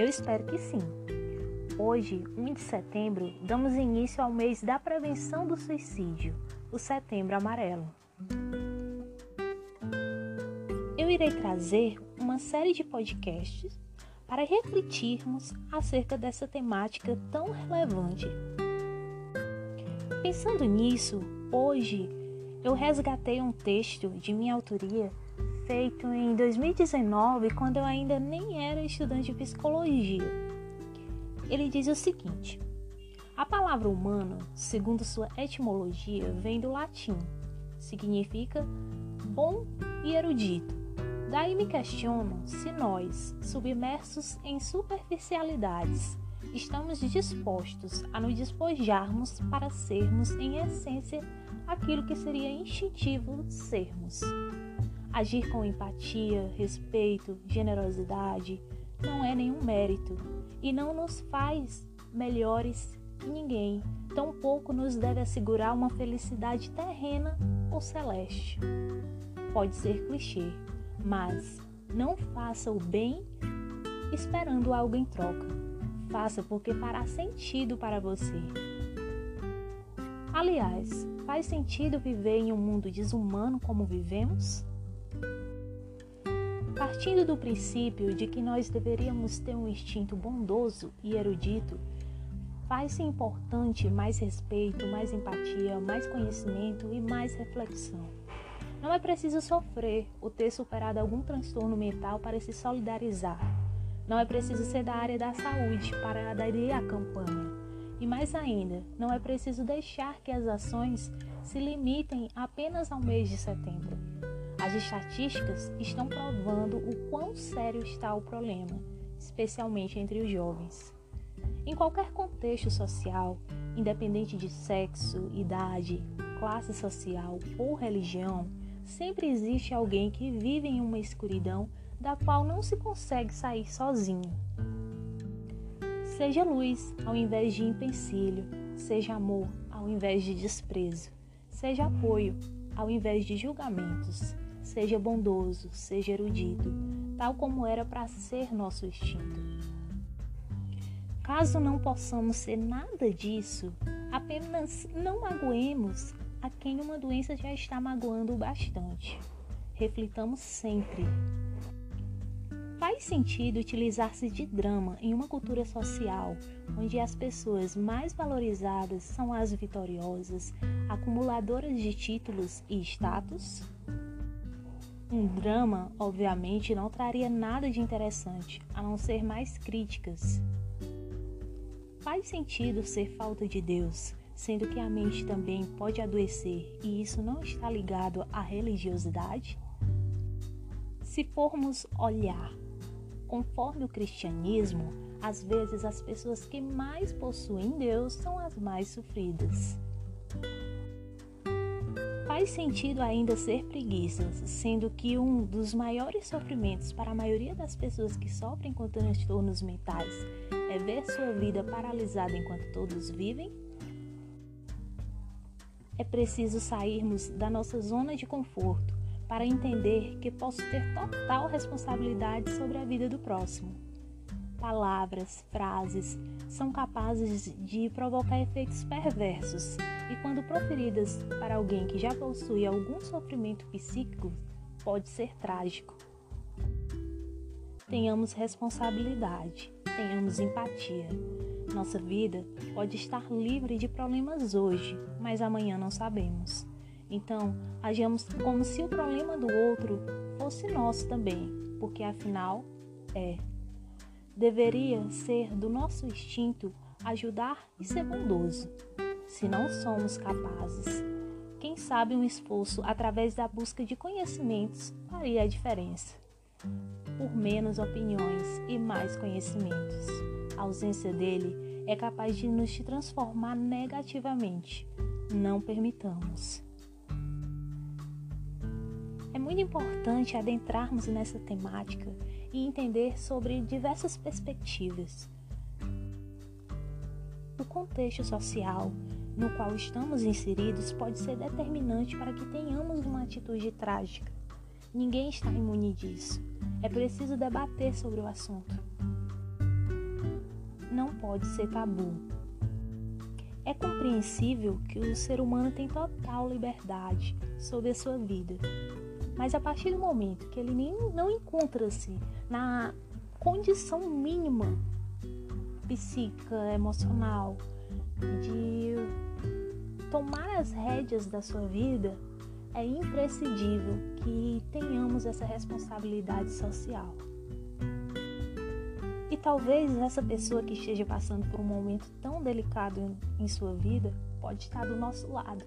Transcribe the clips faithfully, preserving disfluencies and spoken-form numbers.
espero que sim. Hoje, um de setembro, damos início ao mês da prevenção do suicídio, o Setembro Amarelo. Eu irei trazer uma série de podcasts para refletirmos acerca dessa temática tão relevante. Pensando nisso, hoje eu resgatei um texto de minha autoria feito em dois mil e dezenove, quando eu ainda nem era estudante de psicologia. Ele diz o seguinte: a palavra humano, segundo sua etimologia, vem do latim, significa bom e erudito. Daí me questiono se nós, submersos em superficialidades, estamos dispostos a nos despojarmos para sermos, em essência, aquilo que seria instintivo sermos. Agir com empatia, respeito, generosidade não é nenhum mérito e não nos faz melhores que ninguém, tampouco nos deve assegurar uma felicidade terrena ou celeste. Pode ser clichê, mas não faça o bem esperando algo em troca. Faça porque fará sentido para você. Aliás, faz sentido viver em um mundo desumano como vivemos? Partindo do princípio de que nós deveríamos ter um instinto bondoso e erudito, faz-se importante mais respeito, mais empatia, mais conhecimento e mais reflexão. Não é preciso sofrer ou ter superado algum transtorno mental para se solidarizar. Não é preciso ser da área da saúde para aderir à campanha. E mais ainda, não é preciso deixar que as ações se limitem apenas ao mês de setembro. As estatísticas estão provando o quão sério está o problema, especialmente entre os jovens. Em qualquer contexto social, independente de sexo, idade, classe social ou religião, sempre existe alguém que vive em uma escuridão da qual não se consegue sair sozinho. Seja luz ao invés de empecilho, seja amor ao invés de desprezo, seja apoio ao invés de julgamentos, seja bondoso, seja erudito, tal como era para ser nosso instinto. Caso não possamos ser nada disso, apenas não magoemos a quem uma doença já está magoando bastante. Reflitamos sempre. Faz sentido utilizar-se de drama em uma cultura social onde as pessoas mais valorizadas são as vitoriosas, acumuladoras de títulos e status? Um drama, obviamente, não traria nada de interessante, a não ser mais críticas. Faz sentido ser falta de Deus, sendo que a mente também pode adoecer e isso não está ligado à religiosidade? Se formos olhar conforme o cristianismo, às vezes as pessoas que mais possuem Deus são as mais sofridas. Faz sentido ainda ser preguiças, sendo que um dos maiores sofrimentos para a maioria das pessoas que sofrem com transtornos mentais é ver sua vida paralisada enquanto todos vivem? É preciso sairmos da nossa zona de conforto para entender que posso ter total responsabilidade sobre a vida do próximo. Palavras, frases são capazes de provocar efeitos perversos e, quando proferidas para alguém que já possui algum sofrimento psíquico, pode ser trágico. Tenhamos responsabilidade, tenhamos empatia. Nossa vida pode estar livre de problemas hoje, mas amanhã não sabemos. Então, hajamos como se o problema do outro fosse nosso também, porque afinal é. Deveria ser do nosso instinto ajudar e ser bondoso. Se não somos capazes, quem sabe um esforço através da busca de conhecimentos faria a diferença. Por menos opiniões e mais conhecimentos, a ausência dele é capaz de nos transformar negativamente. Não permitamos. É muito importante adentrarmos nessa temática e entender sobre diversas perspectivas. O contexto social no qual estamos inseridos pode ser determinante para que tenhamos uma atitude trágica. Ninguém está imune disso. É preciso debater sobre o assunto. não pode ser tabu. É compreensível que o ser humano tem total liberdade sobre a sua vida, mas a partir do momento que ele nem, não encontra-se na condição mínima psíquica, emocional, de tomar as rédeas da sua vida, é imprescindível que tenhamos essa responsabilidade social. E talvez essa pessoa que esteja passando por um momento tão delicado em sua vida pode estar do nosso lado.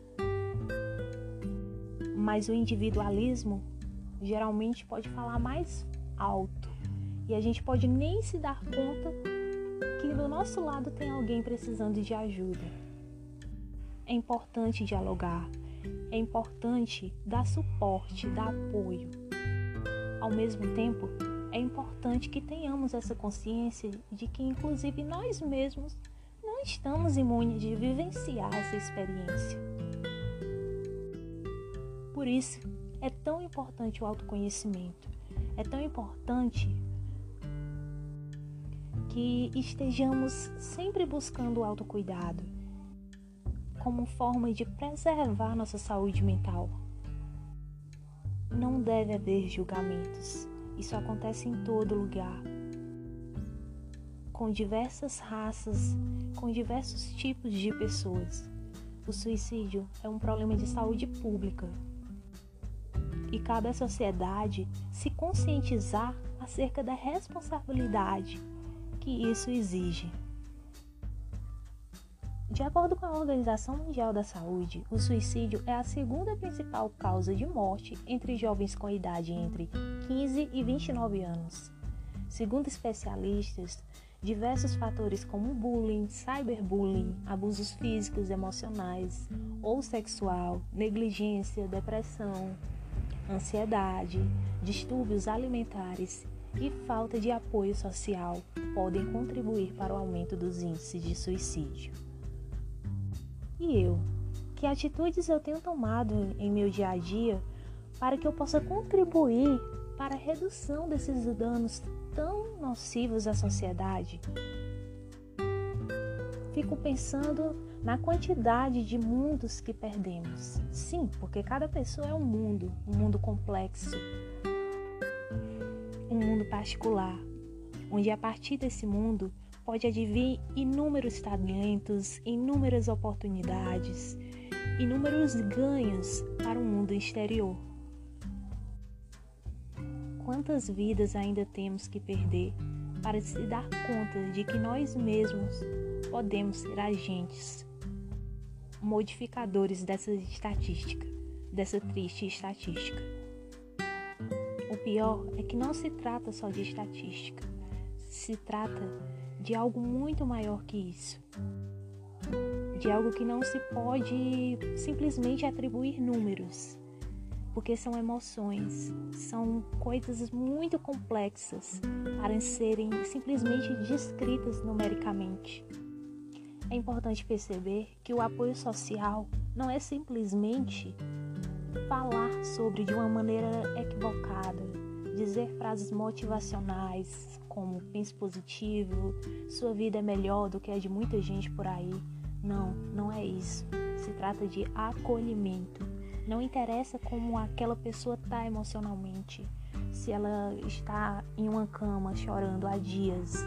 Mas o individualismo geralmente pode falar mais alto e a gente pode nem se dar conta que do nosso lado tem alguém precisando de ajuda. É importante dialogar, é importante dar suporte, dar apoio. Ao mesmo tempo, é importante que tenhamos essa consciência de que, inclusive, nós mesmos não estamos imunes de vivenciar essa experiência. Por isso, é tão importante o autoconhecimento, é tão importante que estejamos sempre buscando o autocuidado como forma de preservar nossa saúde mental. Não deve haver julgamentos. Isso acontece em todo lugar, com diversas raças, com diversos tipos de pessoas. O suicídio é um problema de saúde pública e cabe à sociedade se conscientizar acerca da responsabilidade que isso exige. De acordo com a Organização Mundial da Saúde, o suicídio é a segunda principal causa de morte entre jovens com idade entre quinze e vinte e nove anos. Segundo especialistas, diversos fatores como bullying, cyberbullying, abusos físicos, emocionais ou sexual, negligência, depressão, ansiedade, distúrbios alimentares e falta de apoio social podem contribuir para o aumento dos índices de suicídio. E eu? Que atitudes eu tenho tomado em meu dia a dia para que eu possa contribuir para a redução desses danos tão nocivos à sociedade? Fico pensando na quantidade de mundos que perdemos. Sim, porque cada pessoa é um mundo, um mundo complexo, um mundo particular, onde a partir desse mundo pode advir inúmeros talentos, inúmeras oportunidades, inúmeros ganhos para o mundo exterior. Quantas vidas ainda temos que perder para se dar conta de que nós mesmos podemos ser agentes, modificadores dessa estatística, dessa triste estatística? O pior é que não se trata só de estatística, se trata de algo muito maior que isso, de algo que não se pode simplesmente atribuir números, porque são emoções, são coisas muito complexas para serem simplesmente descritas numericamente. É importante perceber que o apoio social não é simplesmente falar sobre de uma maneira equivocada, dizer frases motivacionais como pense positivo, sua vida é melhor do que a de muita gente por aí. Não, não é isso. Se trata de acolhimento. Não interessa como aquela pessoa está emocionalmente, se ela está em uma cama chorando há dias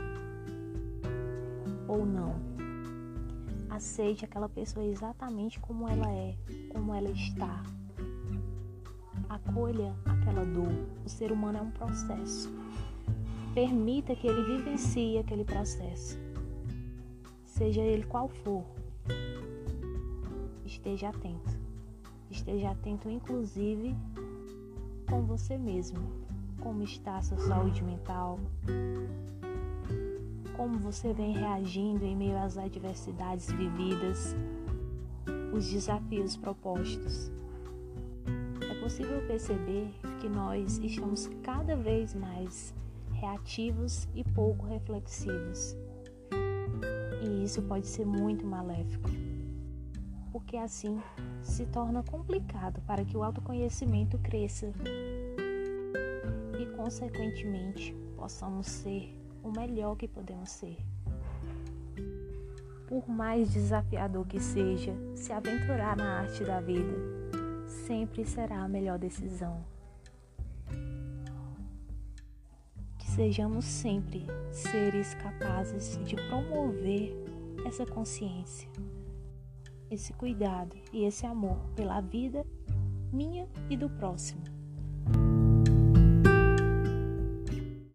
ou não. Aceite aquela pessoa exatamente como ela é, como ela está. Acolha aquela dor. O ser humano é um processo. Permita que ele vivencie aquele processo, seja ele qual for. Esteja atento. Esteja atento, inclusive, com você mesmo. Como está a sua saúde mental? Como você vem reagindo em meio às adversidades vividas, os desafios propostos? É possível perceber que nós estamos cada vez mais reativos e pouco reflexivos. E isso pode ser muito maléfico, porque assim se torna complicado para que o autoconhecimento cresça e, consequentemente, possamos ser o melhor que podemos ser. por mais desafiador que seja, se aventurar na arte da vida sempre será a melhor decisão. Que sejamos sempre seres capazes de promover essa consciência, esse cuidado e esse amor pela vida minha e do próximo.